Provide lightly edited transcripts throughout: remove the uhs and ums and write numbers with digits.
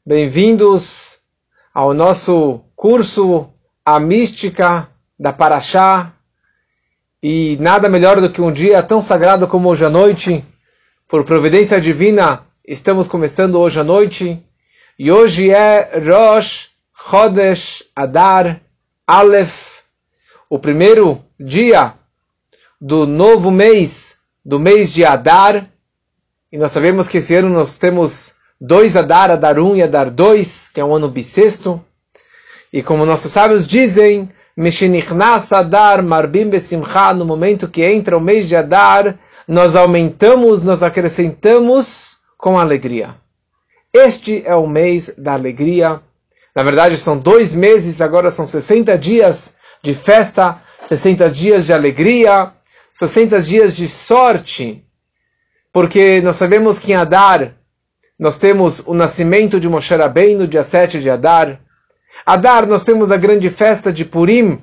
Bem-vindos ao nosso curso A Mística da Parashá. E nada melhor do que um dia tão sagrado como hoje à noite. Por providência divina, estamos começando hoje à noite. E hoje é Rosh Chodesh Adar Aleph, o primeiro dia do novo mês, do mês de Adar. E nós sabemos que esse ano nós temos dois Adar, Adar 1 e Adar 2, que é um ano bissexto. E como nossos sábios dizem, Meshenichnas Adar Marbim Besimcha, no momento que entra o mês de Adar, nós aumentamos, nós acrescentamos com alegria. Este é o mês da alegria. Na verdade são 2 meses, agora são 60 dias de festa, 60 dias de alegria, 60 dias de sorte. Porque nós sabemos que em Adar nós temos o nascimento de Moshe Rabbeinu no dia 7 de Adar. Adar nós temos a grande festa de Purim,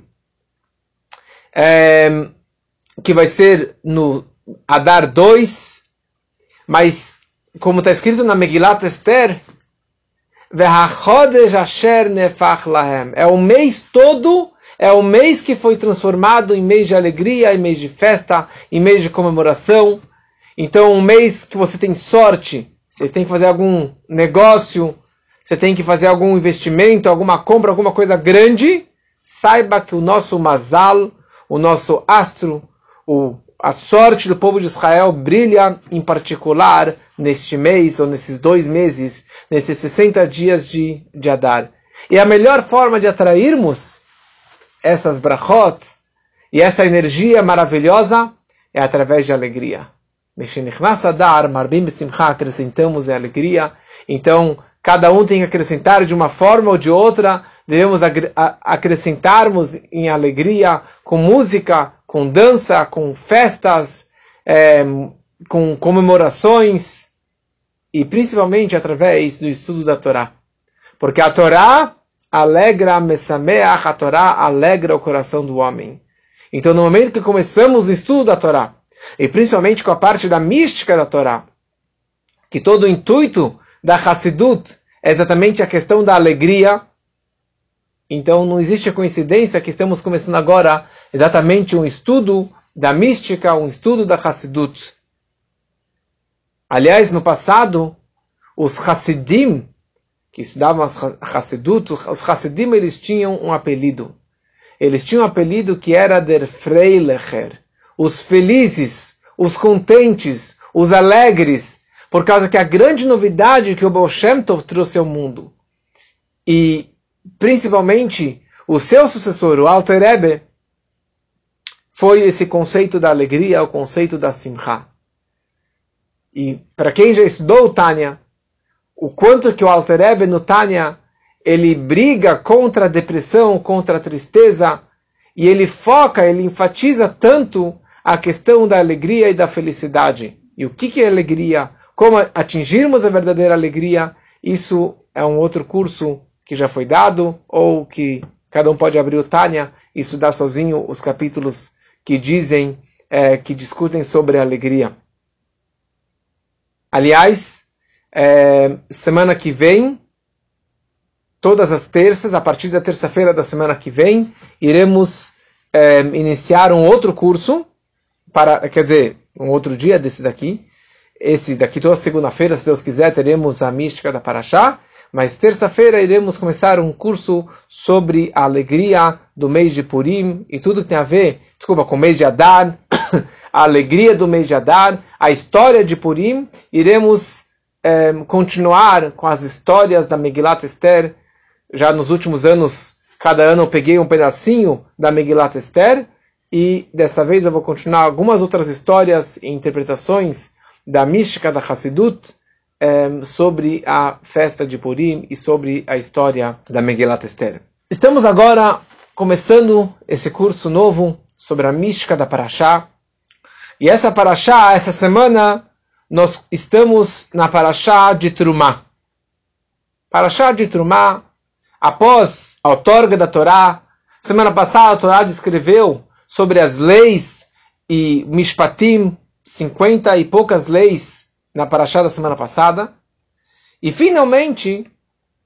que vai ser no Adar 2, mas como está escrito na Megilat Esther, é o mês todo, é o mês que foi transformado em mês de alegria, em mês de festa, em mês de comemoração. Então um mês que você tem sorte, você tem que fazer algum negócio, você tem que fazer algum investimento, alguma compra, alguma coisa grande, saiba que o nosso mazal, o nosso astro, a sorte do povo de Israel brilha em particular neste mês, ou nesses 2 meses, nesses 60 dias de Adar. E a melhor forma de atrairmos essas brachot e essa energia maravilhosa é através de alegria. Meshenichnas Adar, Marbim Besimcha, acrescentamos a alegria. Então, cada um tem que acrescentar de uma forma ou de outra. Devemos acrescentarmos em alegria, com música, com dança, com festas, com comemorações, e principalmente através do estudo da Torá. Porque a Torá alegra, Mesameach, a Torá alegra o coração do homem. Então, no momento que começamos o estudo da Torá, e principalmente com a parte da mística da Torá, que todo o intuito da Hassidut é exatamente a questão da alegria. Então não existe coincidência que estamos começando agora exatamente um estudo da mística, um estudo da Hassidut. Aliás, no passado, os Hassidim, que estudavam as Hassidut, os Hassidim eles tinham um apelido. Eles tinham um apelido que era Der Freilecher, os felizes, os contentes, os alegres, por causa que a grande novidade que o Baal Shem Tov trouxe ao mundo, e principalmente o seu sucessor, o Alter Rebbe, foi esse conceito da alegria, o conceito da Simcha. E para quem já estudou o Tânia, o quanto que o Alter Rebbe no Tânia, ele briga contra a depressão, contra a tristeza, e ele foca, ele enfatiza tanto a questão da alegria e da felicidade. E o que é alegria? Como atingirmos a verdadeira alegria? Isso é um outro curso que já foi dado, ou que cada um pode abrir o Tânia e estudar sozinho os capítulos que dizem, que discutem sobre a alegria. Aliás, semana que vem, todas as terças, a partir da terça-feira da semana que vem, iremos iniciar um outro curso, quer dizer, um outro dia desse daqui. Esse daqui, toda segunda-feira, se Deus quiser, teremos a mística da Parashá, mas terça-feira iremos começar um curso sobre a alegria do mês de Purim e tudo que tem a ver, com o mês de Adar, a alegria do mês de Adar, a história de Purim. Iremos continuar com as histórias da Megilat Esther. Já nos últimos anos, cada ano eu peguei um pedacinho da Megilat Esther, e dessa vez eu vou continuar algumas outras histórias e interpretações da mística da Hassidut sobre a festa de Purim e sobre a história da Megilat Esther. Estamos agora começando esse curso novo sobre a mística da Parashá. E essa Parashá, essa semana, nós estamos na Parashá de Trumá. Parashá de Trumá, após a outorga da Torá. Semana passada a Torá descreveu sobre as leis e Mishpatim, 50 e poucas leis na Parashá da semana passada. E finalmente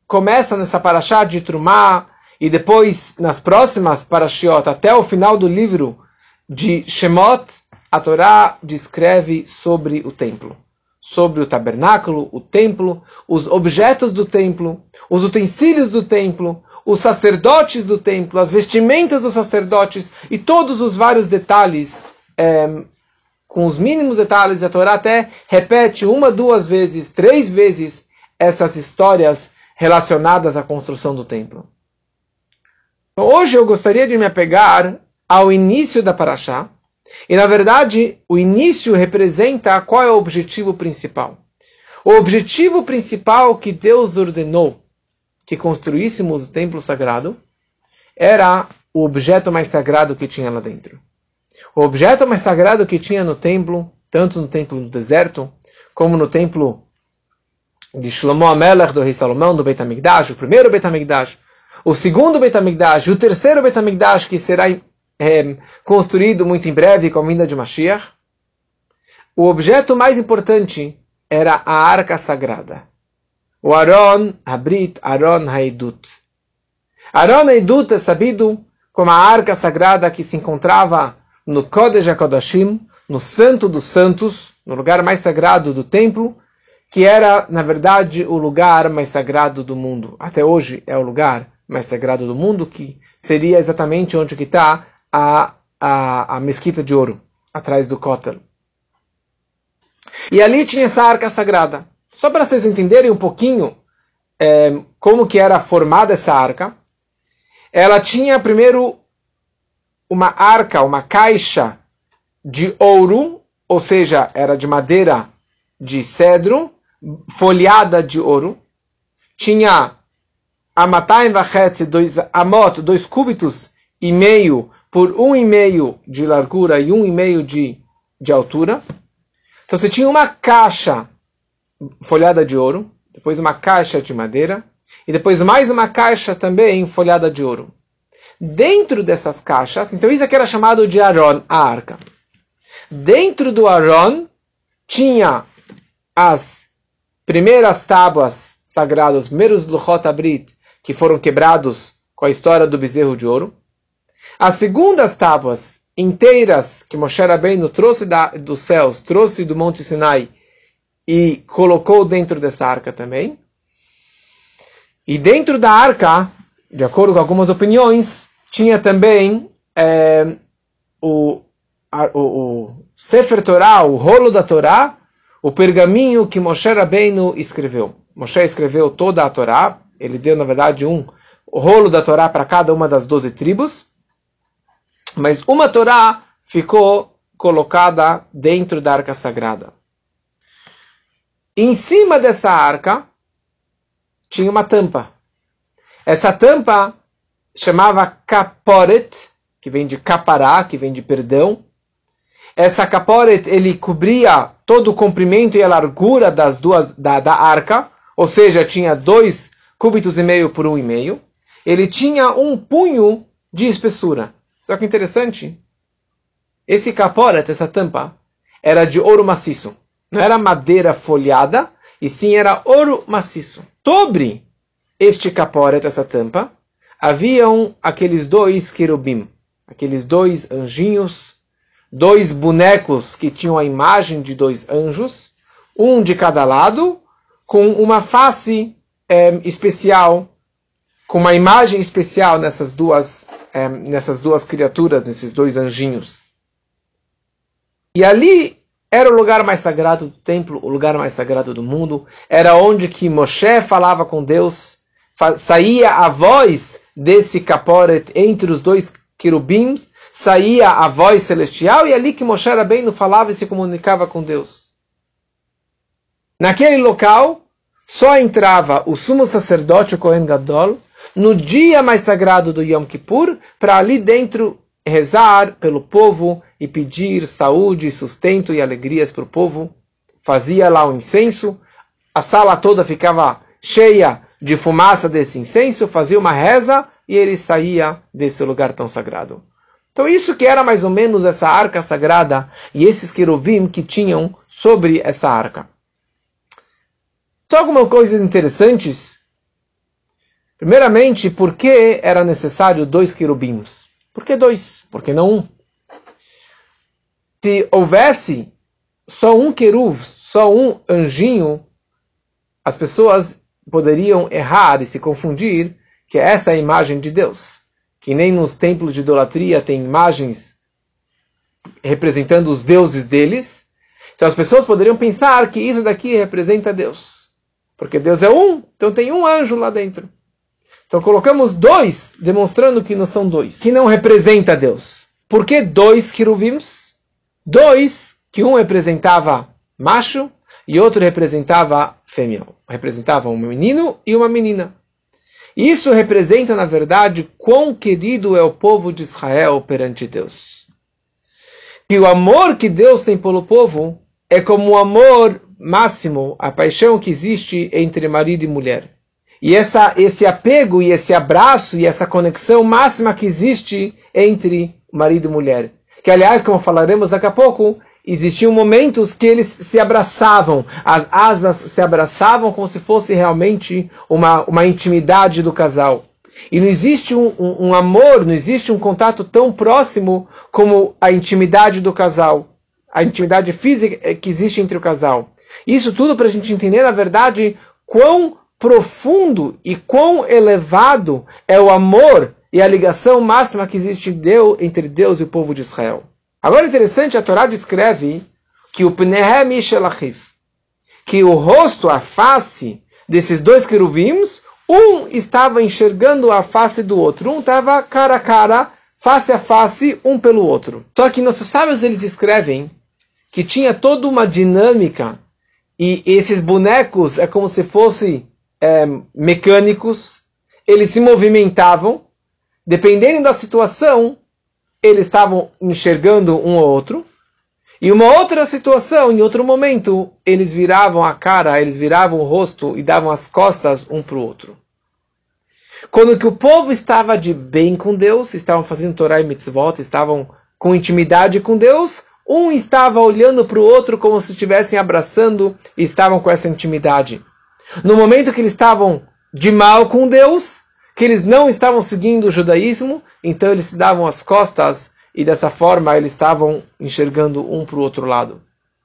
começa nessa parashá de Trumá, e depois nas próximas parashiot, até o final do livro de Shemot, a Torá descreve sobre o templo, sobre o tabernáculo, o templo, os objetos do templo, os utensílios do templo, os sacerdotes do templo, as vestimentas dos sacerdotes e todos os vários detalhes, com os mínimos detalhes. A Torá até repete 1, 2 vezes, 3 vezes essas histórias relacionadas à construção do templo. Então, hoje eu gostaria de me apegar ao início da Parashá, e na verdade o início representa qual é o objetivo principal. O objetivo principal que Deus ordenou que construíssemos o templo sagrado era o objeto mais sagrado que tinha lá dentro. O objeto mais sagrado que tinha no templo, tanto no templo do deserto, como no templo de Shlomo HaMelech, do rei Salomão, do Beit HaMikdash, o primeiro Beit HaMikdash, o segundo Beit HaMikdash, o terceiro Beit HaMikdash, que será construído muito em breve com a vinda de Mashiach. O objeto mais importante era a arca sagrada. O Aron Habrit, Aron Haedut. Aron Haedut é sabido como a arca sagrada que se encontrava no Kodesh HaKodashim, no Santo dos Santos, no lugar mais sagrado do templo, que era, na verdade, o lugar mais sagrado do mundo. Até hoje é o lugar mais sagrado do mundo, que seria exatamente onde que está a Mesquita de Ouro, atrás do Kotel. E ali tinha essa arca sagrada. Só para vocês entenderem um pouquinho como que era formada essa arca, ela tinha primeiro uma arca, uma caixa de ouro, ou seja, era de madeira de cedro, folhada de ouro. Tinha amatayim vachetz, 2 cúbitos e meio por 1,5 de largura e 1,5 de altura. Então você tinha uma caixa folhada de ouro, depois uma caixa de madeira, e depois mais uma caixa também folhada de ouro. Dentro dessas caixas, então isso aqui era chamado de Aron, a arca. Dentro do Aron tinha as primeiras tábuas sagradas, os primeiros Luchot Abrit, que foram quebrados com a história do bezerro de ouro. As segundas tábuas inteiras que Moshe Rabbeinu trouxe dos céus, trouxe do Monte Sinai e colocou dentro dessa arca também. E dentro da arca, de acordo com algumas opiniões, tinha também o Sefer Torah, o rolo da Torá, o pergaminho que Moshe Rabbeinu escreveu. Moshe escreveu toda a Torá, ele deu, na verdade, um rolo da Torá para cada uma das 12 tribos, mas uma Torá ficou colocada dentro da arca sagrada. Em cima dessa arca tinha uma tampa. Essa tampa chamava kaporet, que vem de kapará, que vem de perdão. Essa kaporet, ele cobria todo o comprimento e a largura da arca, ou seja, tinha 2,5 cúbitos por 1,5. Ele tinha um punho de espessura. Só que interessante, esse kaporet, essa tampa, era de ouro maciço. Não era madeira folhada, e sim era ouro maciço. Sobre este kaporet, essa tampa, haviam aqueles 2 querubim, aqueles 2 anjinhos, 2 bonecos que tinham a imagem de 2 anjos, um de cada lado, com uma face especial, com uma imagem especial nessas duas criaturas, nesses 2 anjinhos. E ali era o lugar mais sagrado do templo, o lugar mais sagrado do mundo, era onde que Moshe falava com Deus, saía a voz desse kaporet entre os 2 querubins, saía a voz celestial, e ali que Moshe Rabbeinu falava e se comunicava com Deus. Naquele local, só entrava o sumo sacerdote, o Kohen Gadol, no dia mais sagrado do Yom Kippur, para ali dentro rezar pelo povo e pedir saúde, sustento e alegrias para o povo. Fazia lá o incenso, a sala toda ficava cheia de fumaça desse incenso, fazia uma reza e ele saía desse lugar tão sagrado. Então isso que era mais ou menos essa arca sagrada e esses querubim que tinham sobre essa arca. Só algumas coisas interessantes Primeiramente, por que era necessário 2 querubins? Por que 2? Por que não 1? Se houvesse só um querub, só um anjinho, as pessoas poderiam errar e se confundir que essa é a imagem de Deus. Que nem nos templos de idolatria tem imagens representando os deuses deles. Então as pessoas poderiam pensar que isso daqui representa Deus. Porque Deus é um, então tem um anjo lá dentro. Então colocamos 2, demonstrando que não são 2, que não representa Deus. Por que 2 querubins? 2, que um representava macho e outro representava fêmea. Representava um menino e uma menina. Isso representa, na verdade, quão querido é o povo de Israel perante Deus. E o amor que Deus tem pelo povo é como o amor máximo, a paixão que existe entre marido e mulher. E esse apego e esse abraço e essa conexão máxima que existe entre marido e mulher. Que, aliás, como falaremos daqui a pouco, existiam momentos que eles se abraçavam, as asas se abraçavam como se fosse realmente uma intimidade do casal. E não existe um amor, não existe um contato tão próximo como a intimidade do casal, a intimidade física que existe entre o casal. Isso tudo para a gente entender, na verdade, quão profundo e quão elevado é o amor e a ligação máxima que existe entre Deus e o povo de Israel. Agora é interessante, a Torá descreve que o Pnehem Ishel Achiv, que o rosto, a face desses 2 querubins, um estava enxergando a face do outro, um estava cara a cara, face a face, um pelo outro. Só que nossos sábios eles escrevem que tinha toda uma dinâmica e esses bonecos é como se fossem mecânicos, eles se movimentavam, dependendo da situação, eles estavam enxergando um ou outro, e uma outra situação, em outro momento, eles viravam a cara, eles viravam o rosto e davam as costas um para o outro. Quando que o povo estava de bem com Deus, estavam fazendo Torá e Mitzvot, estavam com intimidade com Deus, um estava olhando para o outro como se estivessem abraçando e estavam com essa intimidade. No momento que eles estavam de mal com Deus, que eles não estavam seguindo o judaísmo, então eles se davam as costas e dessa forma eles estavam enxergando um para o outro lado.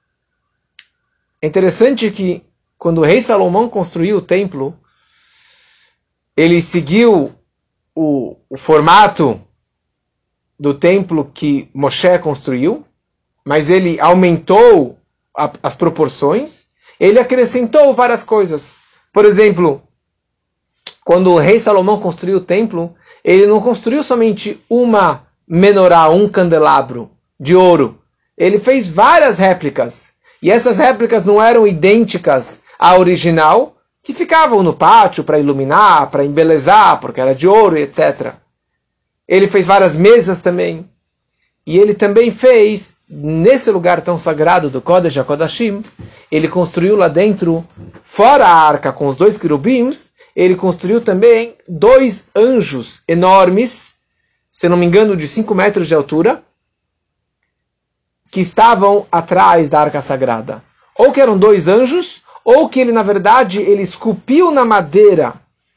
É interessante que quando o rei Salomão construiu o templo, ele seguiu o formato do templo que Moshe construiu, mas ele aumentou as proporções, ele acrescentou várias coisas. Por exemplo, quando o rei Salomão construiu o templo, ele não construiu somente uma menorá, um candelabro de ouro. Ele fez várias réplicas. E essas réplicas não eram idênticas à original, que ficavam no pátio para iluminar, para embelezar, porque era de ouro, etc. Ele fez várias mesas também. E ele também fez, nesse lugar tão sagrado do Kodesh HaKodashim, ele construiu lá dentro, fora a arca com os 2 querubins, ele construiu também 2 anjos enormes, se não me engano de 5 metros de altura, que estavam atrás da arca sagrada. Ou que eram 2 anjos, ou que ele, na verdade, ele esculpiu na madeira,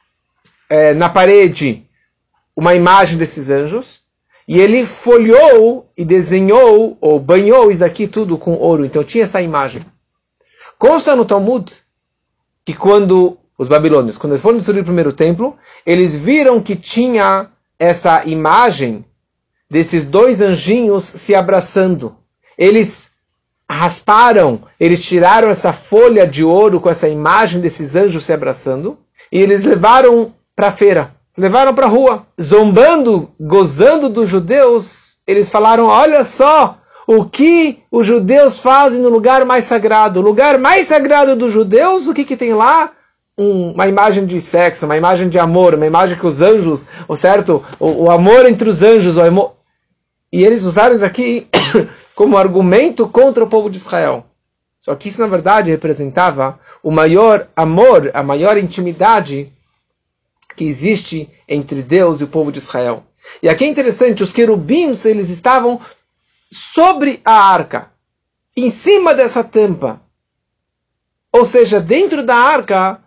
na parede, uma imagem desses anjos, e ele folheou e desenhou, ou banhou isso daqui tudo com ouro. Então tinha essa imagem. Consta no Talmud que quando os babilônios, quando eles foram destruir o primeiro templo, eles viram que tinha essa imagem desses 2 anjinhos se abraçando. Eles rasparam, eles tiraram essa folha de ouro com essa imagem desses anjos se abraçando, e eles levaram para a feira. Levaram para a rua, zombando, gozando dos judeus. Eles falaram, olha só o que os judeus fazem no lugar mais sagrado. O lugar mais sagrado dos judeus, o que tem lá? Uma imagem de sexo, uma imagem de amor, uma imagem que os anjos, o amor entre os anjos. E eles usaram isso aqui como argumento contra o povo de Israel. Só que isso, na verdade, representava o maior amor, a maior intimidade que existe entre Deus e o povo de Israel. E aqui é interessante, os querubins, eles estavam sobre a arca, em cima dessa tampa. Ou seja, dentro da arca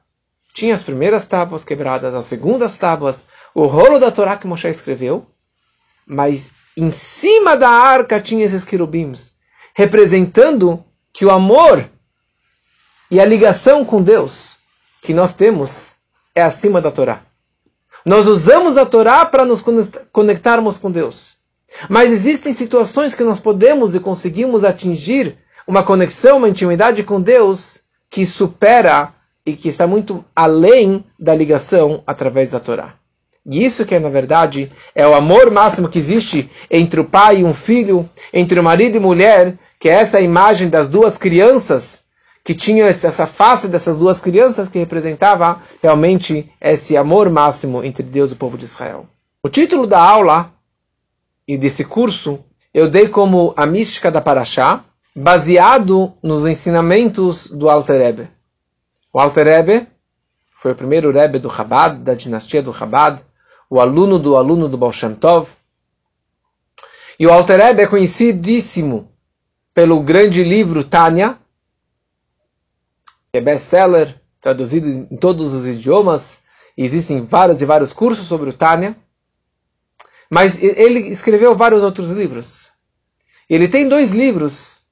tinha as primeiras tábuas quebradas, as segundas tábuas, o rolo da Torá que Moshe escreveu, mas em cima da arca tinha esses querubins, representando que o amor e a ligação com Deus que nós temos é acima da Torá. Nós usamos a Torá para nos conectarmos com Deus. Mas existem situações que nós podemos e conseguimos atingir uma conexão, uma intimidade com Deus que supera e que está muito além da ligação através da Torá. E isso que, na verdade, é o amor máximo que existe entre o pai e um filho, entre o marido e mulher, que é essa imagem das duas crianças, que tinha essa face dessas duas crianças que representava realmente esse amor máximo entre Deus e o povo de Israel. O título da aula e desse curso eu dei como a mística da Parashá, baseado nos ensinamentos do Alter Rebbe. O Alter Rebbe foi o primeiro Rebbe do Chabad, da dinastia do Chabad, o aluno do Baal Shem Tov. E o Alter Rebbe é conhecidíssimo pelo grande livro Tânia, que é best-seller, traduzido em todos os idiomas, e existem vários e vários cursos sobre o Tânia. Mas ele escreveu vários outros livros. Ele tem 2 livros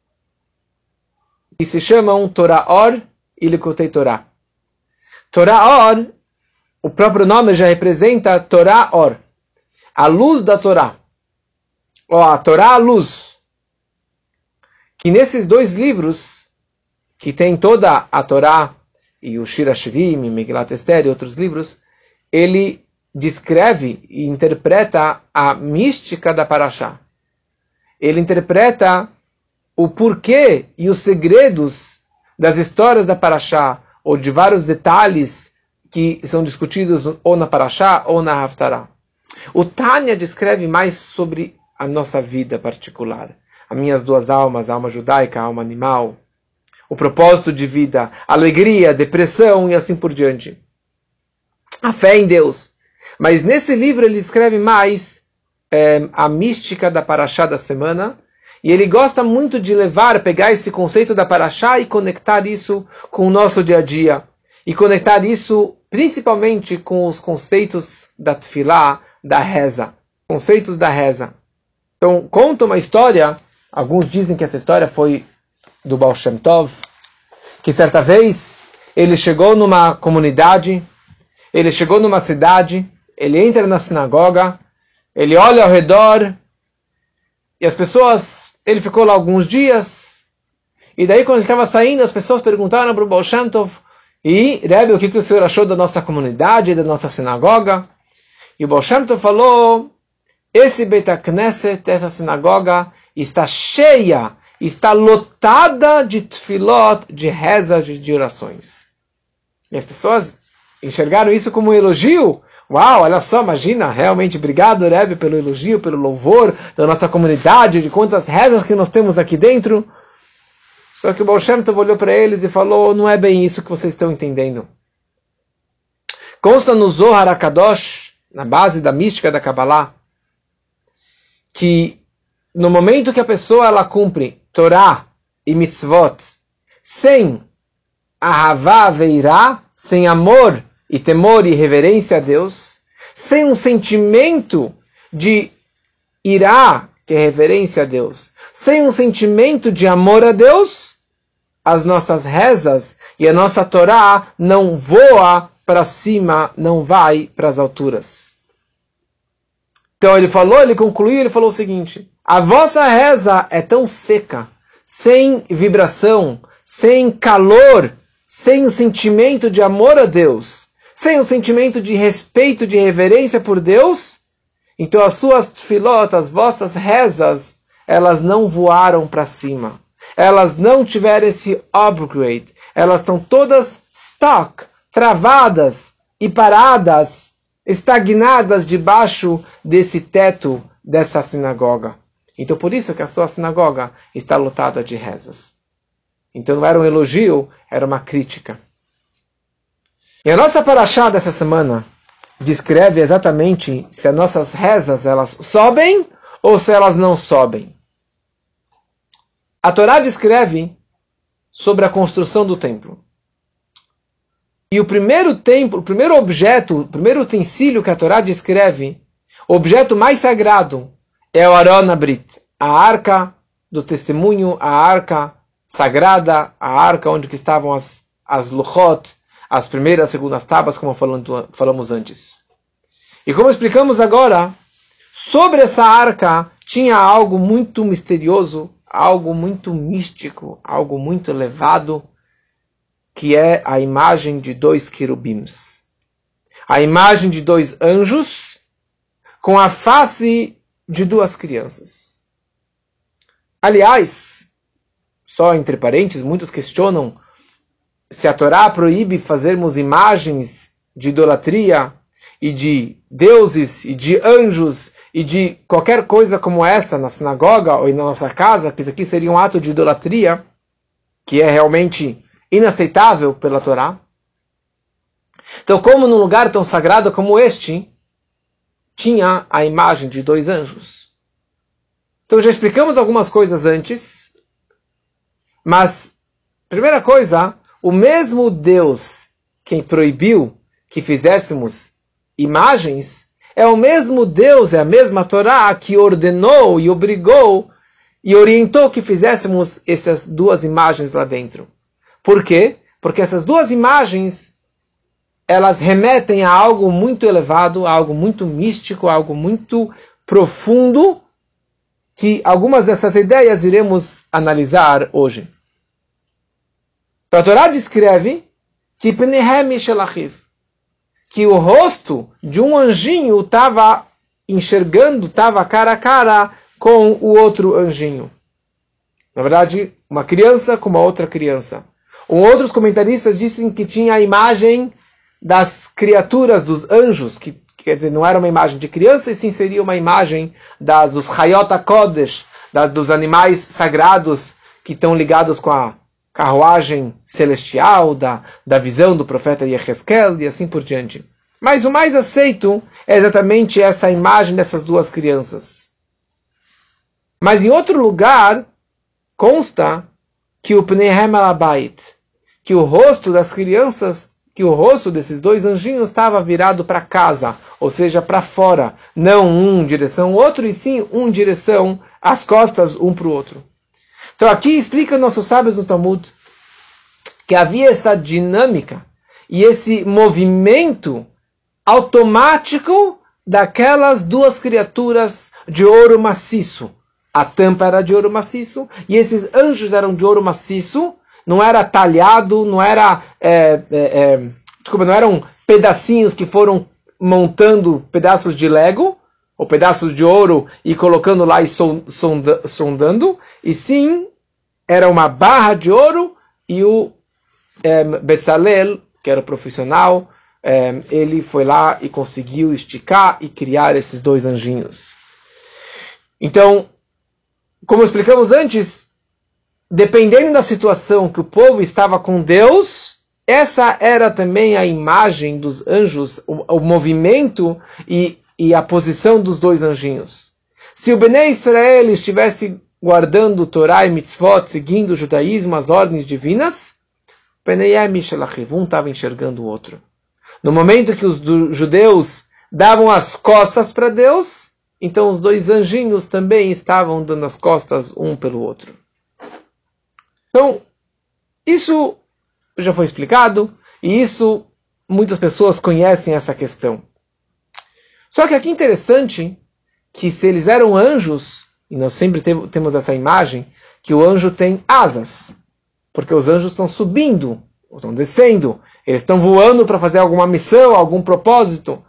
que se chamam Torah Or e Likutei Torah. Torah Or, o próprio nome já representa Torah Or, a luz da Torá, ou a Torá a luz. Que nesses 2 livros, que tem toda a Torá e o Shir HaShivim, e Megillat Esther e outros livros, ele descreve e interpreta a mística da Parashá. Ele interpreta o porquê e os segredos das histórias da Parashá, ou de vários detalhes que são discutidos ou na Parashá ou na Haftarah. O Tânia descreve mais sobre a nossa vida particular. As minhas 2 almas, a alma judaica, a alma animal, o propósito de vida, alegria, depressão e assim por diante. A fé em Deus. Mas nesse livro ele escreve mais a mística da Parashá da semana, e ele gosta muito de pegar esse conceito da Parashá e conectar isso com o nosso dia a dia, e conectar isso principalmente com os conceitos da Tfilá, da reza, conceitos da reza. Então, conta uma história, alguns dizem que essa história foi do Baal Shem Tov, que certa vez ele chegou numa comunidade, ele chegou numa cidade, ele entra na sinagoga, ele olha ao redor, e as pessoas, ele ficou lá alguns dias, e daí quando ele estava saindo, as pessoas perguntaram para o Baal Shem Tov, e Rebbe, o que o senhor achou da nossa comunidade, da nossa sinagoga? E o Baal Shem Tov falou, esse Beit HaKnesset, essa sinagoga, está cheia, está lotada de tefilot, de rezas, de orações. E as pessoas enxergaram isso como um elogio. Uau, olha só, imagina, realmente, obrigado, Rebbe, pelo elogio, pelo louvor da nossa comunidade, de quantas rezas que nós temos aqui dentro. Só que o Baal Shem Tov olhou para eles e falou, não é bem isso que vocês estão entendendo. Consta no Zohar HaKadosh, na base da mística da Kabbalah, que no momento que a pessoa ela cumpre Torá e Mitzvot, sem Ahavá veirá, sem amor e temor e reverência a Deus, sem um sentimento de irá, que é reverência a Deus, sem um sentimento de amor a Deus, as nossas rezas e a nossa Torá não voa para cima, não vai para as alturas. Então ele concluiu, ele falou o seguinte, a vossa reza é tão seca, sem vibração, sem calor, sem o sentimento de amor a Deus, sem o sentimento de respeito, de reverência por Deus, então as suas tefilot, as vossas rezas, elas não voaram para cima. Elas não tiveram esse upgrade. Elas estão todas stuck, travadas e paradas, estagnadas debaixo desse teto dessa sinagoga. Então por isso que a sua sinagoga está lotada de rezas. Então não era um elogio, era uma crítica. E a nossa parashá dessa semana descreve exatamente se as nossas rezas elas sobem ou se elas não sobem. A Torá descreve sobre a construção do templo. E o primeiro templo, o primeiro objeto, o primeiro utensílio que a Torá descreve, o objeto mais sagrado, é o Aron Abrit, a arca do testemunho, a arca sagrada, a arca onde que estavam as luchot, as primeiras e segundas tábuas, como falamos antes. E como explicamos agora, sobre essa arca tinha algo muito misterioso, algo muito místico, algo muito elevado, que é a imagem de 2 querubins. A imagem de 2 anjos com a face de 2 crianças. Aliás, só entre parênteses, muitos questionam se a Torá proíbe fazermos imagens de idolatria e de deuses e de anjos e de qualquer coisa como essa na sinagoga ou na nossa casa, que isso aqui seria um ato de idolatria, que é realmente inaceitável pela Torá. Então, como num lugar tão sagrado como este, tinha a imagem de 2 anjos. Então, já explicamos algumas coisas antes, mas, primeira coisa, o mesmo Deus que proibiu que fizéssemos imagens, é o mesmo Deus, é a mesma Torá que ordenou e obrigou e orientou que fizéssemos essas 2 imagens lá dentro. Por quê? Porque essas 2 imagens, elas remetem a algo muito elevado, a algo muito místico, a algo muito profundo, que algumas dessas ideias iremos analisar hoje. A Torá descreve que Pnehem Shelachiv, que o rosto de um anjinho estava enxergando, estava cara a cara com o outro anjinho. Na verdade, uma criança com uma outra criança. Outros comentaristas dizem que tinha a imagem das criaturas, dos anjos, que quer dizer, não era uma imagem de criança, e sim seria uma imagem dos Hayot HaKodesh, dos animais sagrados que estão ligados com a carruagem celestial, da visão do profeta Yehezkel e assim por diante. Mas o mais aceito é exatamente essa imagem dessas 2 crianças. Mas em outro lugar, consta que o Pnehem Alabait, que o rosto das crianças, que o rosto desses 2 anjinhos estava virado para casa, ou seja, para fora, não um em direção ao outro, e sim um em direção às costas um para o outro. Então aqui explica nossos sábios no Talmud que havia essa dinâmica e esse movimento automático daquelas 2 criaturas de ouro maciço. A tampa era de ouro maciço e esses anjos eram de ouro maciço. Não era talhado, não era, não eram pedacinhos que foram montando pedaços de Lego ou pedaços de ouro e colocando lá e sondando. E sim, era uma barra de ouro e o Betzalel, que era o profissional, ele foi lá e conseguiu esticar e criar esses 2 anjinhos. Então, como explicamos antes, dependendo da situação que o povo estava com Deus, essa era também a imagem dos anjos, o movimento e a posição dos 2 anjinhos. Se o Bnei Israel estivesse guardando Torá e Mitzvot, seguindo o judaísmo, as ordens divinas, um estava enxergando o outro. No momento que os judeus davam as costas para Deus, então os 2 anjinhos também estavam dando as costas um pelo outro. Então, isso já foi explicado, e isso muitas pessoas conhecem essa questão. Só que aqui é interessante que se eles eram anjos, e nós sempre temos essa imagem, que o anjo tem asas, porque os anjos estão subindo, estão descendo, eles estão voando para fazer alguma missão, algum propósito.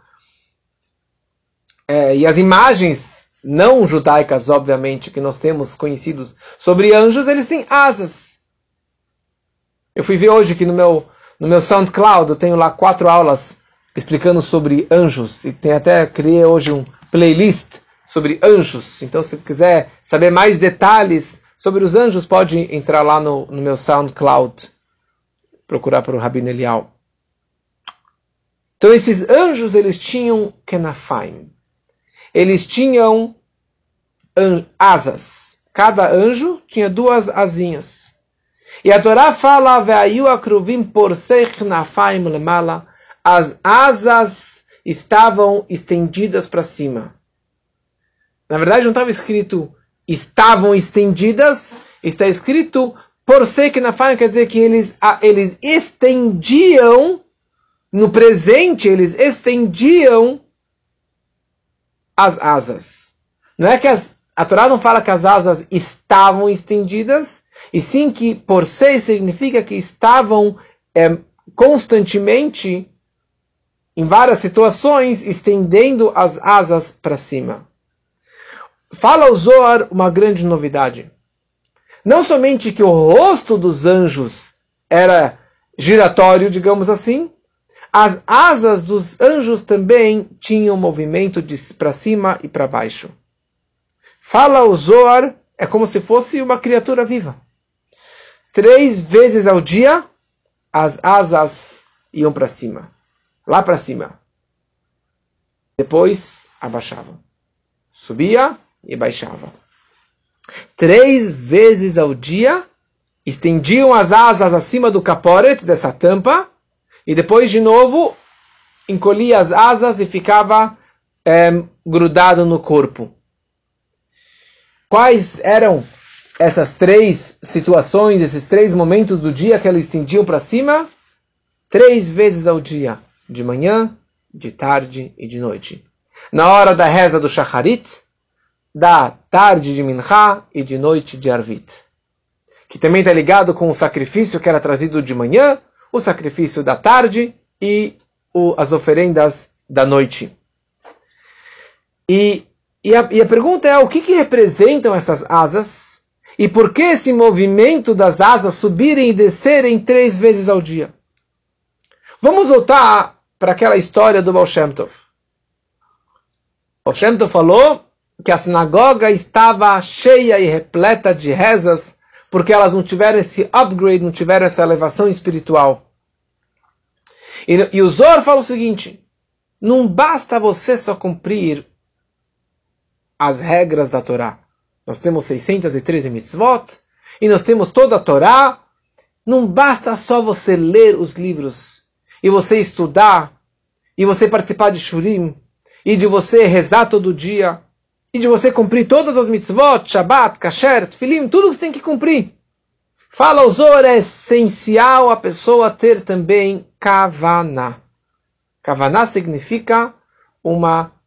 E as imagens não judaicas, obviamente, que nós temos conhecidos sobre anjos, eles têm asas. Eu fui ver hoje que no meu SoundCloud eu tenho lá 4 aulas explicando sobre anjos, e criei hoje um playlist sobre anjos. Então, se quiser saber mais detalhes sobre os anjos, pode entrar lá no meu SoundCloud, procurar por Rabino Elial. Então, esses anjos, eles tinham kenafaim. Eles tinham asas. Cada anjo tinha 2 asinhas. E a Torá fala, ve'ayu akruvim porsei chnafaim lemala, as asas estavam estendidas para cima. Na verdade não estava escrito estavam estendidas, está escrito porsei chnafaim, quer dizer que eles estendiam, no presente eles estendiam as asas. Não é que a Torá não fala que as asas estavam estendidas, e sim que por se significa que estavam constantemente, em várias situações, estendendo as asas para cima. Fala o Zohar uma grande novidade. Não somente que o rosto dos anjos era giratório, digamos assim, as asas dos anjos também tinham movimento para cima e para baixo. Fala o Zohar, é como se fosse uma criatura viva. 3 vezes ao dia, as asas iam para cima. Lá para cima. Depois, abaixavam. Subia e baixava. 3 vezes ao dia, estendiam as asas acima do caporet, dessa tampa, e depois, de novo, encolhia as asas e ficava grudado no corpo. Quais eram essas 3 situações, esses 3 momentos do dia que elas estendiam para cima? 3 vezes ao dia, de manhã, de tarde e de noite. Na hora da reza do Shacharit, da tarde de Minchá e de noite de Arvit. Que também está ligado com o sacrifício que era trazido de manhã, o sacrifício da tarde e as oferendas da noite. E a pergunta é, o que representam essas asas? E por que esse movimento das asas subirem e descerem 3 vezes ao dia? Vamos voltar para aquela história do Baal Shem Tov. Baal Shem Tov falou que a sinagoga estava cheia e repleta de rezas, porque elas não tiveram esse upgrade, não tiveram essa elevação espiritual. E o Zohar fala o seguinte, não basta você só cumprir as regras da Torá. Nós temos 613 mitzvot, e nós temos toda a Torá. Não basta só você ler os livros, e você estudar, e você participar de Shurim, e de você rezar todo dia, e de você cumprir todas as mitzvot, Shabbat, Kasher, Tfilim, tudo que você tem que cumprir. Fala o Zohar, é essencial a pessoa ter também Kavaná. Kavaná significa um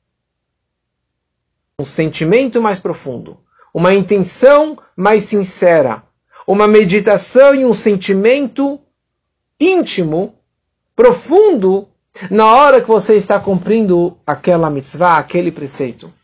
sentimento mais profundo, uma intenção mais sincera, uma meditação e um sentimento íntimo, profundo, na hora que você está cumprindo aquela mitzvah, aquele preceito.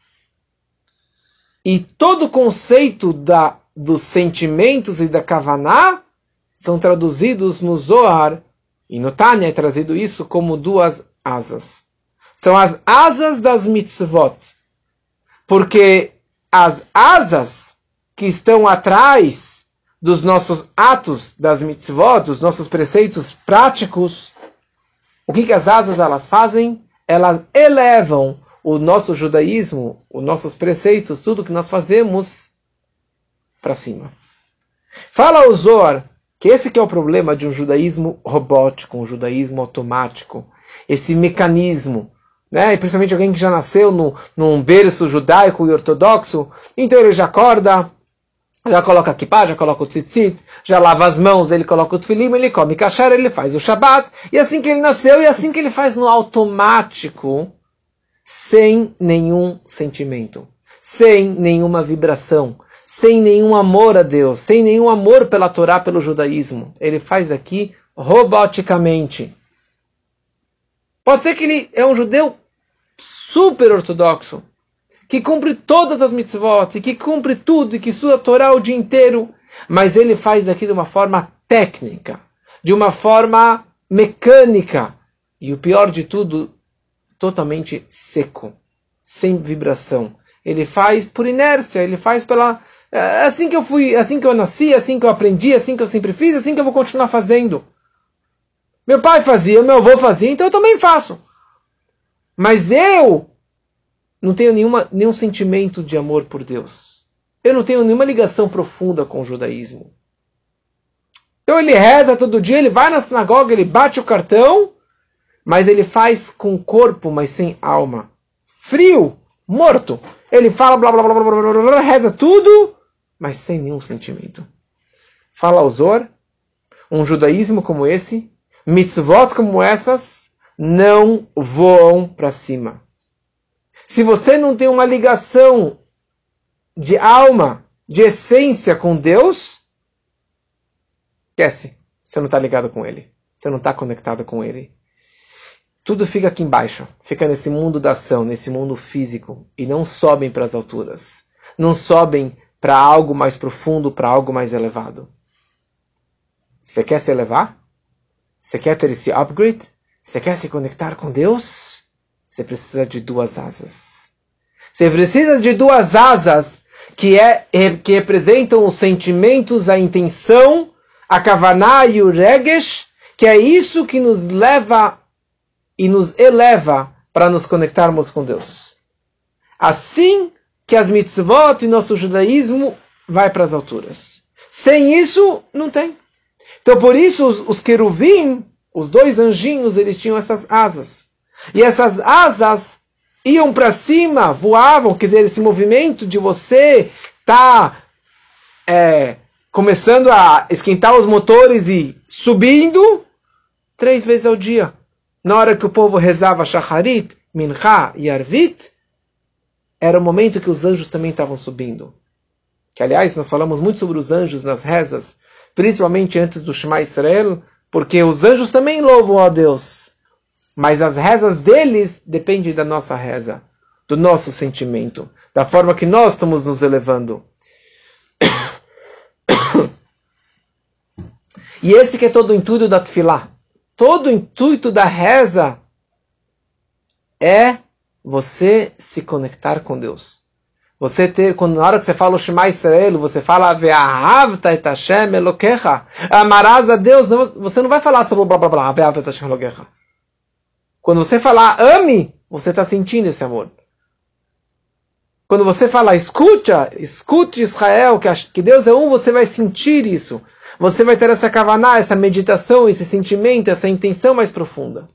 E todo o conceito dos sentimentos e da Kavaná são traduzidos no Zohar, e no Tânia é trazido isso como 2 asas. São as asas das mitzvot. Porque as asas que estão atrás dos nossos atos, das mitzvot, dos nossos preceitos práticos, o que as asas elas fazem? Elas elevam o nosso judaísmo, os nossos preceitos, tudo que nós fazemos para cima. Fala o Zohar que esse que é o problema de um judaísmo robótico, um judaísmo automático, esse mecanismo, né? E principalmente alguém que já nasceu num berço judaico e ortodoxo, então ele já acorda, já coloca kippah, já coloca o tzitzit, já lava as mãos, ele coloca o tefilim, ele come kasher, ele faz o Shabbat, e assim que ele nasceu, e assim que ele faz no automático, sem nenhum sentimento, sem nenhuma vibração, sem nenhum amor a Deus, sem nenhum amor pela Torá, pelo judaísmo. Ele faz aqui roboticamente. Pode ser que ele é um judeu super ortodoxo, que cumpre todas as mitzvot, e que cumpre tudo, e que estuda a Torá o dia inteiro, mas ele faz aqui de uma forma técnica, de uma forma mecânica, e o pior de tudo, totalmente seco, sem vibração. Ele faz por inércia, ele faz pela... assim que eu fui, assim que eu nasci, assim que eu aprendi, assim que eu sempre fiz, assim que eu vou continuar fazendo. Meu pai fazia, meu avô fazia, então eu também faço. Mas eu não tenho nenhum sentimento de amor por Deus. Eu não tenho nenhuma ligação profunda com o judaísmo. Então ele reza todo dia, ele vai na sinagoga, ele bate o cartão, mas ele faz com o corpo, mas sem alma. Frio, morto. Ele fala, blá, blá, blá, blá, blá, blá, blá, reza tudo, mas sem nenhum sentimento. Fala ao Zohar, um judaísmo como esse, mitzvot como essas, não voam para cima. Se você não tem uma ligação de alma, de essência com Deus, esquece. Você não está ligado com Ele. Você não está conectado com Ele. Tudo fica aqui embaixo. Fica nesse mundo da ação, nesse mundo físico. E não sobem para as alturas. Não sobem para algo mais profundo, para algo mais elevado. Você quer se elevar? Você quer ter esse upgrade? Você quer se conectar com Deus? Você precisa de duas asas. Você precisa de duas asas que representam os sentimentos, a intenção, a kavaná e o regesh, que é isso que nos leva e nos eleva para nos conectarmos com Deus. Assim que as mitzvot e nosso judaísmo vai para as alturas. Sem isso, não tem. Então por isso os queruvim, os dois anjinhos, eles tinham essas asas. E essas asas iam para cima, voavam, quer dizer, esse movimento de você tá começando a esquentar os motores e subindo 3 vezes ao dia. Na hora que o povo rezava Shacharit, Mincha e Arvit, era o momento que os anjos também estavam subindo. Que, aliás, nós falamos muito sobre os anjos nas rezas, principalmente antes do Shema Israel, porque os anjos também louvam a Deus. Mas as rezas deles dependem da nossa reza, do nosso sentimento, da forma que nós estamos nos elevando. E esse que é todo o intuito da Tefilá. Todo o intuito da reza é você se conectar com Deus. Você ter, na hora que você fala o Shema Israel, você fala Ve'ahavta et Hashem Elokecha. Amarás a Deus, você não vai falar sobre blá blá blá, Ve'ahavta et Hashem Elokecha. Quando você falar ame, você está sentindo esse amor. Quando você fala escute Israel, que Deus é um, você vai sentir isso. Você vai ter essa kavaná, essa meditação, esse sentimento, essa intenção mais profunda.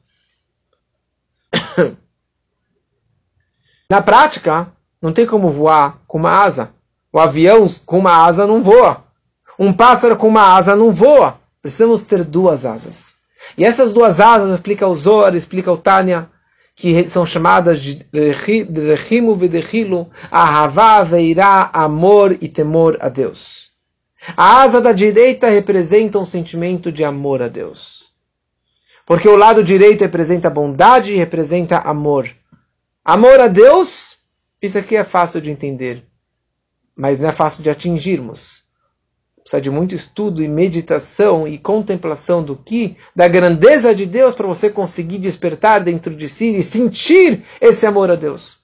Na prática, não tem como voar com uma asa. O avião com uma asa não voa. Um pássaro com uma asa não voa. Precisamos ter duas asas. E essas duas asas explica o Zohar, explica o Tânia, que são chamadas de Rechimu Vedechilu, Ahavá Veirá, amor e temor a Deus. A asa da direita representa um sentimento de amor a Deus. Porque o lado direito representa bondade e representa amor. Amor a Deus, isso aqui é fácil de entender, mas não é fácil de atingirmos. Precisa de muito estudo e meditação e contemplação da grandeza de Deus para você conseguir despertar dentro de si e sentir esse amor a Deus.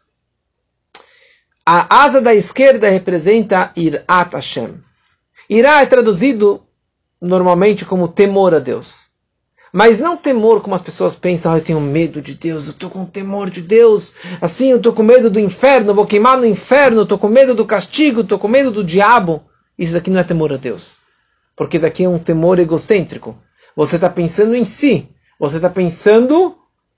A asa da esquerda representa Irat Hashem. Irá é traduzido normalmente como temor a Deus. Mas não temor como as pessoas pensam, eu tenho medo de Deus, eu estou com temor de Deus, assim eu estou com medo do inferno, eu vou queimar no inferno, eu estou com medo do castigo, estou com medo do diabo. Isso daqui não é temor a Deus. Porque isso daqui é um temor egocêntrico. Você está pensando em si. Você está pensando,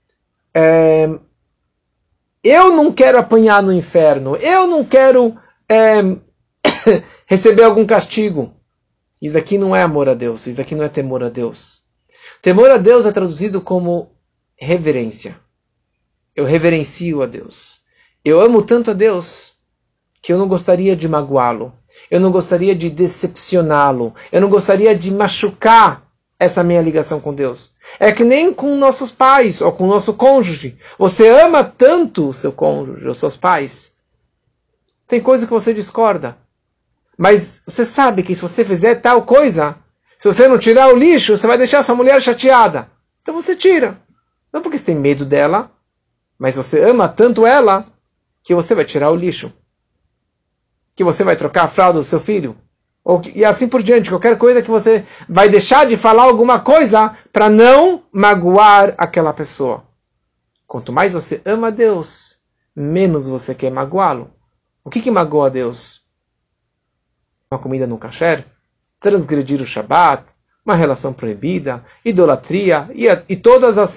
eu não quero apanhar no inferno, eu não quero receber algum castigo. Isso aqui não é amor a Deus, isso aqui não é temor a Deus. Temor a Deus é traduzido como reverência. Eu reverencio a Deus. Eu amo tanto a Deus que eu não gostaria de magoá-lo. Eu não gostaria de decepcioná-lo. Eu não gostaria de machucar essa minha ligação com Deus. É que nem com nossos pais ou com o nosso cônjuge. Você ama tanto o seu cônjuge ou seus pais. Tem coisa que você discorda. Mas você sabe que se você fizer tal coisa, se você não tirar o lixo, você vai deixar sua mulher chateada. Então você tira. Não porque você tem medo dela, mas você ama tanto ela que você vai tirar o lixo. Que você vai trocar a fralda do seu filho. E assim por diante. Qualquer coisa que você vai deixar de falar alguma coisa para não magoar aquela pessoa. Quanto mais você ama a Deus, menos você quer magoá-lo. O que magoa a Deus? Uma comida no kasher? Transgredir o Shabat? uma relação proibida, idolatria e todas as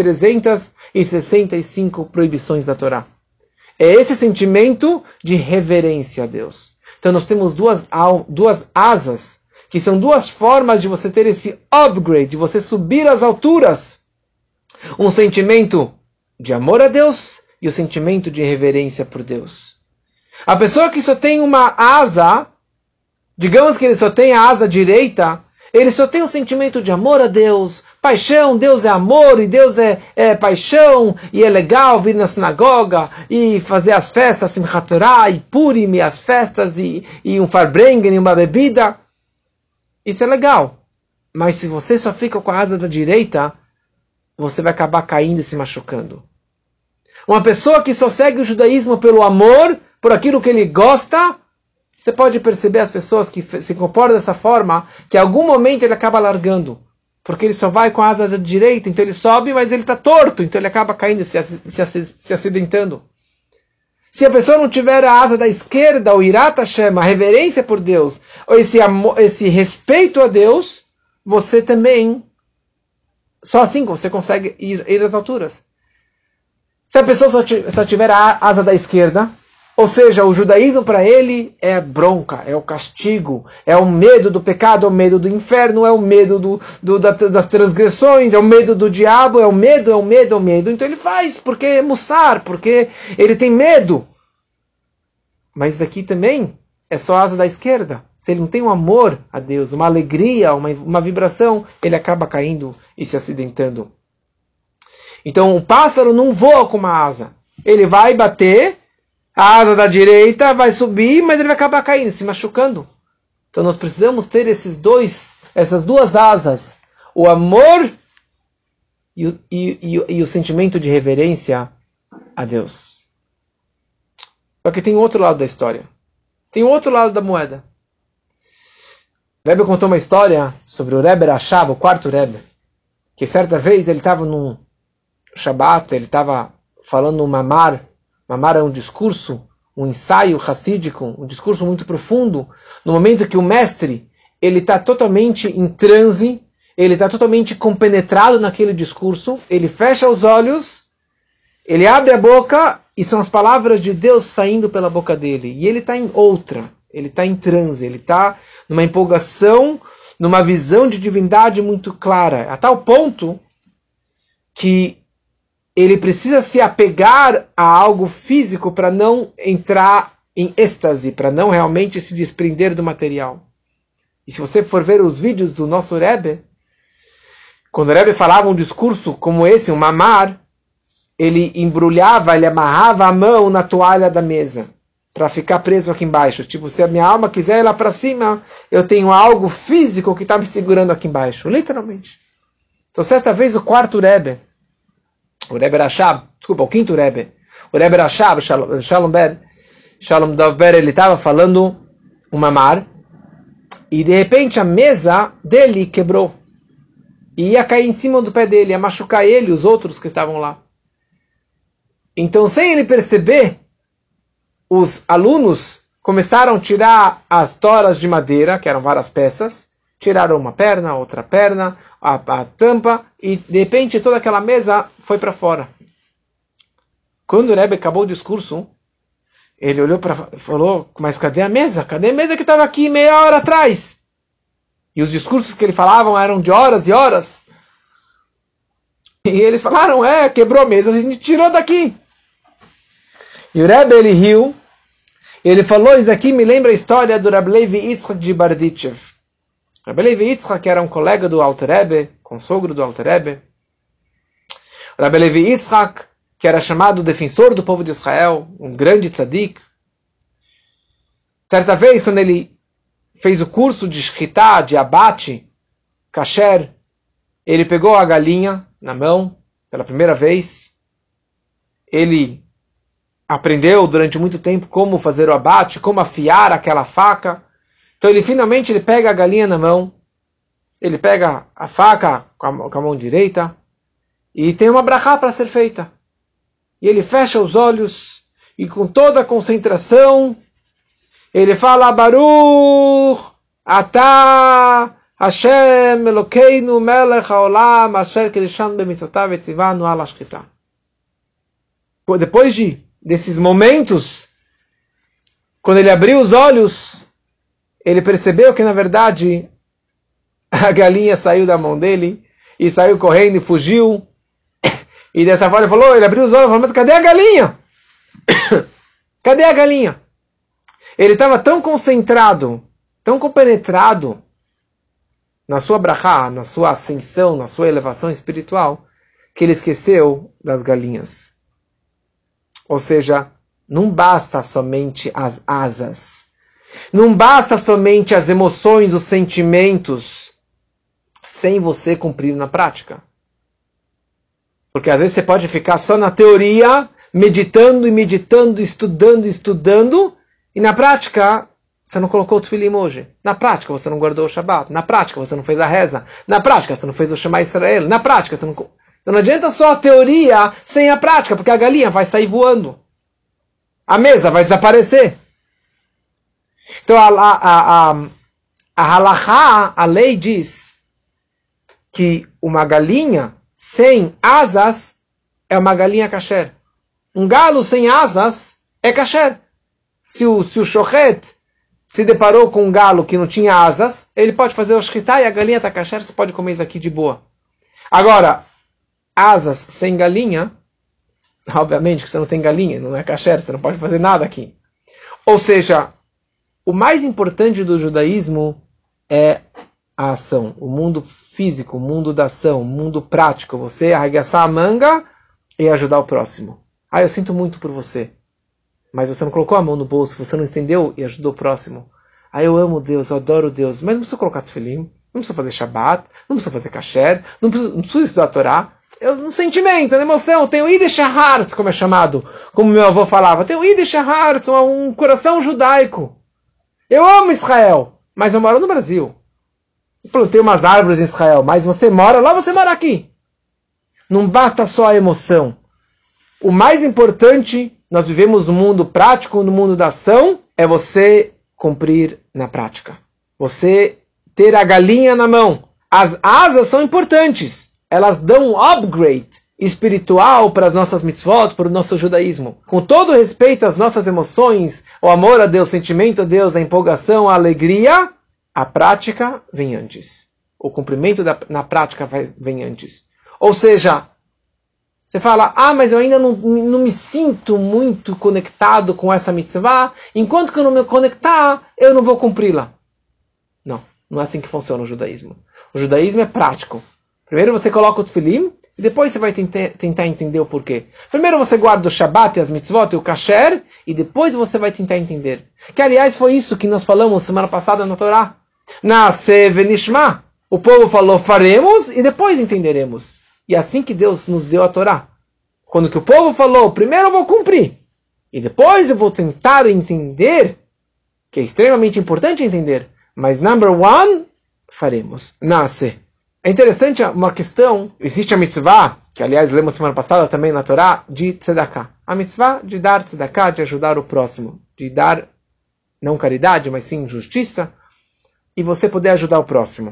365 proibições da Torá. É esse sentimento de reverência a Deus. Então nós temos duas asas, que são duas formas de você ter esse upgrade, de você subir às alturas. Um sentimento de amor a Deus e o sentimento de reverência por Deus. A pessoa que só tem uma asa, digamos que ele só tem a asa direita, ele só tem o sentimento de amor a Deus, paixão, Deus é amor, e Deus é paixão, e é legal vir na sinagoga, e fazer as festas, Simchat Torah, e Purim, e as festas, e um Farbrengen, e uma bebida. Isso é legal. Mas se você só fica com a asa da direita, você vai acabar caindo e se machucando. Uma pessoa que só segue o judaísmo pelo amor, por aquilo que ele gosta, você pode perceber as pessoas que se comportam dessa forma, que em algum momento ele acaba largando. Porque ele só vai com a asa da direita, então ele sobe, mas ele está torto, então ele acaba caindo, se acidentando. Se a pessoa não tiver a asa da esquerda, o Irat Hashem, a reverência por Deus, ou esse respeito a Deus, você também, só assim você consegue ir às alturas. Se a pessoa só tiver a asa da esquerda, ou seja, o judaísmo para ele é a bronca, é o castigo, é o medo do pecado, é o medo do inferno, é o medo das transgressões, é o medo do diabo, é o medo. Então ele faz porque é mussar, porque ele tem medo. Mas isso aqui também é só a asa da esquerda. Se ele não tem um amor a Deus, uma alegria, uma vibração, ele acaba caindo e se acidentando. Então o pássaro não voa com uma asa. Ele vai bater, a asa da direita vai subir, mas ele vai acabar caindo, se machucando. Então nós precisamos ter essas duas asas. O amor e o sentimento de reverência a Deus. Só que tem outro lado da história. Tem outro lado da moeda. O Rebbe contou uma história sobre o Rebbe Rashab, o quarto Rebbe, que certa vez ele estava num Shabbat, ele estava falando um mamar. Mamar é um discurso, um ensaio hassídico, um discurso muito profundo, no momento que o mestre ele está totalmente em transe, ele está totalmente compenetrado naquele discurso, ele fecha os olhos, ele abre a boca e são as palavras de Deus saindo pela boca dele. E ele está em outra, ele está em transe, ele está numa empolgação, numa visão de divindade muito clara, a tal ponto que ele precisa se apegar a algo físico para não entrar em êxtase, para não realmente se desprender do material. E se você for ver os vídeos do nosso Rebbe, quando o Rebbe falava um discurso como esse, um mamar, ele embrulhava, ele amarrava a mão na toalha da mesa, para ficar preso aqui embaixo. Tipo, se a minha alma quiser ir lá para cima, eu tenho algo físico que está me segurando aqui embaixo, literalmente. Então, certa vez, o quarto Rebbe, o Rebbe Rashab, desculpa, o quinto Rebbe, o Rebbe Rashab, Shalom Dov Ber, ele estava falando um mamar, e de repente a mesa dele quebrou. E ia cair em cima do pé dele, ia machucar ele e os outros que estavam lá. Então, sem ele perceber, os alunos começaram a tirar as toras de madeira, que eram várias peças, tiraram uma perna, outra perna, a tampa, e de repente toda aquela mesa foi para fora. Quando o Rebbe acabou o discurso, ele olhou para falou, mas cadê a mesa? Cadê a mesa que estava aqui meia hora atrás? E os discursos que ele falavam eram de horas e horas. E eles falaram, quebrou a mesa, a gente tirou daqui. E o Rebbe, ele riu, ele falou, isso aqui me lembra a história do Rabbi Levi Yitzchak de Barditchev. Rabbi Levi Yitzchak, que era um colega do Alter Rebbe, consogro do Alter Rebbe. Rabbi Levi Yitzchak, que era chamado defensor do povo de Israel, um grande tzadik. Certa vez, quando ele fez o curso de shchitá, de abate, kasher, ele pegou a galinha na mão, pela primeira vez. Ele aprendeu durante muito tempo como fazer o abate, como afiar aquela faca. Então ele finalmente pega a galinha na mão, ele pega a faca com a mão direita, e tem uma brachá para ser feita. E ele fecha os olhos, e com toda a concentração, ele fala, Baruch, Atah, Hashem Elokeinu melech haolam asher kedishanu b'mitzvotav vetzivanu al hashchita. Depois desses momentos, quando ele abriu os olhos, ele percebeu que, na verdade, a galinha saiu da mão dele, e saiu correndo e fugiu. E dessa forma ele abriu os olhos e falou, mas cadê a galinha? Cadê a galinha? Ele estava tão concentrado, tão compenetrado na sua brachá, na sua ascensão, na sua elevação espiritual, que ele esqueceu das galinhas. Ou seja, não basta somente as asas. Não basta somente as emoções, os sentimentos, sem você cumprir na prática. Porque às vezes você pode ficar só na teoria, meditando e meditando, estudando, e na prática você não colocou o tefilim hoje. Na prática você não guardou o Shabbat. Na prática você não fez a reza. Na prática você não fez o Shema Israel. Na prática você não... Então não adianta só a teoria sem a prática, porque a galinha vai sair voando. A mesa vai desaparecer. Então a halachá, a lei diz que uma galinha sem asas é uma galinha kasher. Um galo sem asas é kasher. Se o shochet se deparou com um galo que não tinha asas, ele pode fazer o shchitá e a galinha está kasher, você pode comer isso aqui de boa. Agora, asas sem galinha, obviamente que você não tem galinha, não é kasher, você não pode fazer nada aqui. Ou seja, o mais importante do judaísmo é a ação, o mundo físico, o mundo da ação, o mundo prático. Você arregaçar a manga e ajudar o próximo. Ah, eu sinto muito por você. Mas você não colocou a mão no bolso, você não estendeu e ajudou o próximo. Ah, eu amo Deus, eu adoro Deus. Mas não precisa colocar tefilim, não precisa fazer Shabbat, não precisa fazer kasher, não precisa estudar a Torá. Um sentimento, uma emoção, tem o Yiddish Heart, como é chamado, como meu avô falava. Tem o Yiddish Heart, um coração judaico. Eu amo Israel, mas eu moro no Brasil. Eu plantei umas árvores em Israel, mas você mora lá, você mora aqui. Não basta só a emoção. O mais importante, nós vivemos no mundo prático, no mundo da ação, é você cumprir na prática. Você ter a galinha na mão. As asas são importantes. Elas dão um upgrade espiritual para as nossas mitzvot, para o nosso judaísmo. Com todo respeito às nossas emoções, o amor a Deus, o sentimento a Deus, a empolgação, a alegria, a prática vem antes. O cumprimento na prática vem antes. Ou seja, você fala, mas eu ainda não me sinto muito conectado com essa mitzvah, enquanto que eu não me conectar, eu não vou cumpri-la. Não é assim que funciona o judaísmo. O judaísmo é prático. Primeiro você coloca o tefilim, e depois você vai tentar entender o porquê. Primeiro você guarda o Shabbat e as mitzvot e o kasher, e depois você vai tentar entender. Que aliás foi isso que nós falamos semana passada na Torá. Nasce venishma. O povo falou, faremos, e depois entenderemos. E é assim que Deus nos deu a Torá. Quando que o povo falou, primeiro eu vou cumprir, e depois eu vou tentar entender, que é extremamente importante entender, mas number one, faremos. Nasce. É interessante uma questão, existe a mitzvah, que aliás lemos semana passada também na Torá, de tzedakah. A mitzvah de dar tzedakah, de ajudar o próximo, de dar, não caridade, mas sim justiça, e você poder ajudar o próximo.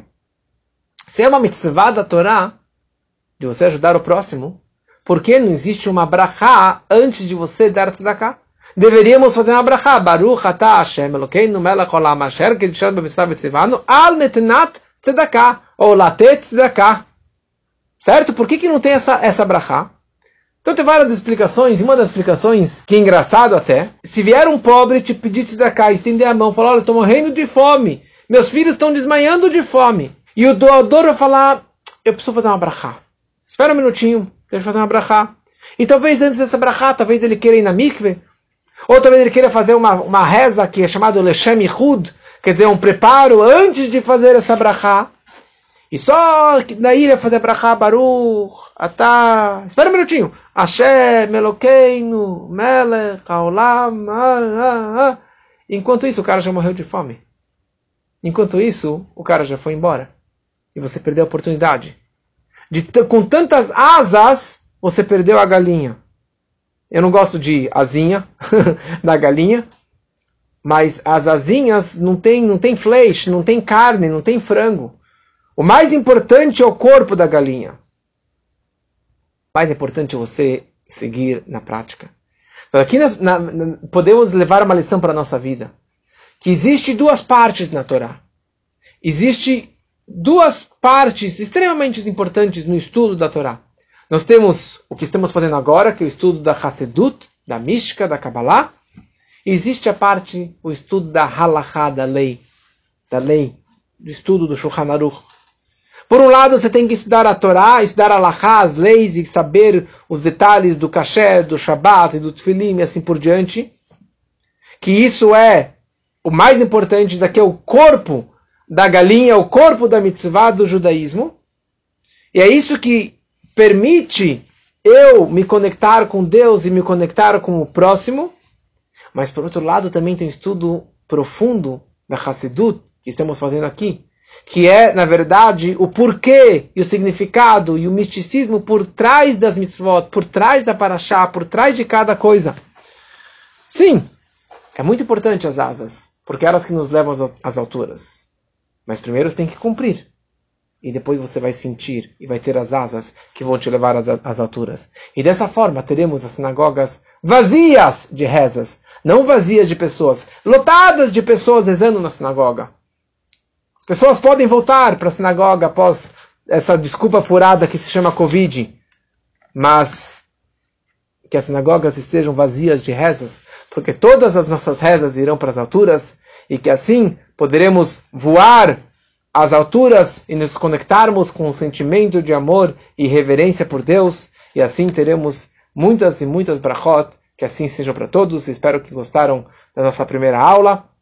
Se é uma mitzvah da Torá, de você ajudar o próximo, por que não existe uma brachá antes de você dar tzedakah? Deveríamos fazer uma brachá. Baruch atah Hashem Elokeinu melech olam asher kedishanu b'mitzvah v'tzivanu al netenat tzedakah. Ou latet tzedakah. Certo? Por que não tem essa brachá? Então tem várias explicações. E uma das explicações, que é engraçado até, se vier um pobre te pedir tzedakah, estender a mão, falar, olha, eu estou morrendo de fome. Meus filhos estão desmaiando de fome. E o doador vai falar, eu preciso fazer uma brachá. Espera um minutinho, deixa eu fazer uma brachá. E talvez antes dessa brachá, talvez ele queira ir na mikve, ou talvez ele queira fazer uma reza que é chamada Leshem Yichud, quer dizer, um preparo antes de fazer essa brachá. E só daí ele vai fazer brachá, Baruch, Atah, espera um minutinho, Hashem, Elokeinu, Melech, Haolam, Enquanto isso, o cara já morreu de fome. Enquanto isso, o cara já foi embora. E você perdeu a oportunidade. Com tantas asas, você perdeu a galinha. Eu não gosto de asinha da galinha, mas as asinhas não tem fleisch, não tem carne, não tem frango. O mais importante é o corpo da galinha. O mais importante é você seguir na prática. Então, aqui podemos levar uma lição para a nossa vida. Que existe duas partes na Torá. Existe duas partes extremamente importantes no estudo da Torá. Nós temos o que estamos fazendo agora, que é o estudo da Hassedut, da Mística, da Kabbalah. E existe a parte, o estudo da Halachá, da lei, do estudo do Shulchan Aruch. Por um lado, você tem que estudar a Torá, estudar a Halachá, as leis, e saber os detalhes do Kasher, do Shabbat e do Tfilim e assim por diante. Que isso é o mais importante, daqui é o corpo da galinha, o corpo da mitzvah do judaísmo. E é isso que permite eu me conectar com Deus e me conectar com o próximo. Mas, por outro lado, também tem um estudo profundo da Hassidut, que estamos fazendo aqui, que é, na verdade, o porquê e o significado e o misticismo por trás das mitzvot, por trás da parashá, por trás de cada coisa. Sim, é muito importante as asas, porque é elas que nos levam às alturas. Mas primeiro você tem que cumprir. E depois você vai sentir e vai ter as asas que vão te levar às alturas. E dessa forma teremos as sinagogas vazias de rezas, não vazias de pessoas, lotadas de pessoas rezando na sinagoga. As pessoas podem voltar para a sinagoga após essa desculpa furada que se chama Covid, mas que as sinagogas estejam vazias de rezas, porque todas as nossas rezas irão para as alturas, e que assim poderemos voar às alturas e nos conectarmos com um sentimento de amor e reverência por Deus, e assim teremos muitas e muitas brachot, que assim sejam para todos. Espero que gostaram da nossa primeira aula.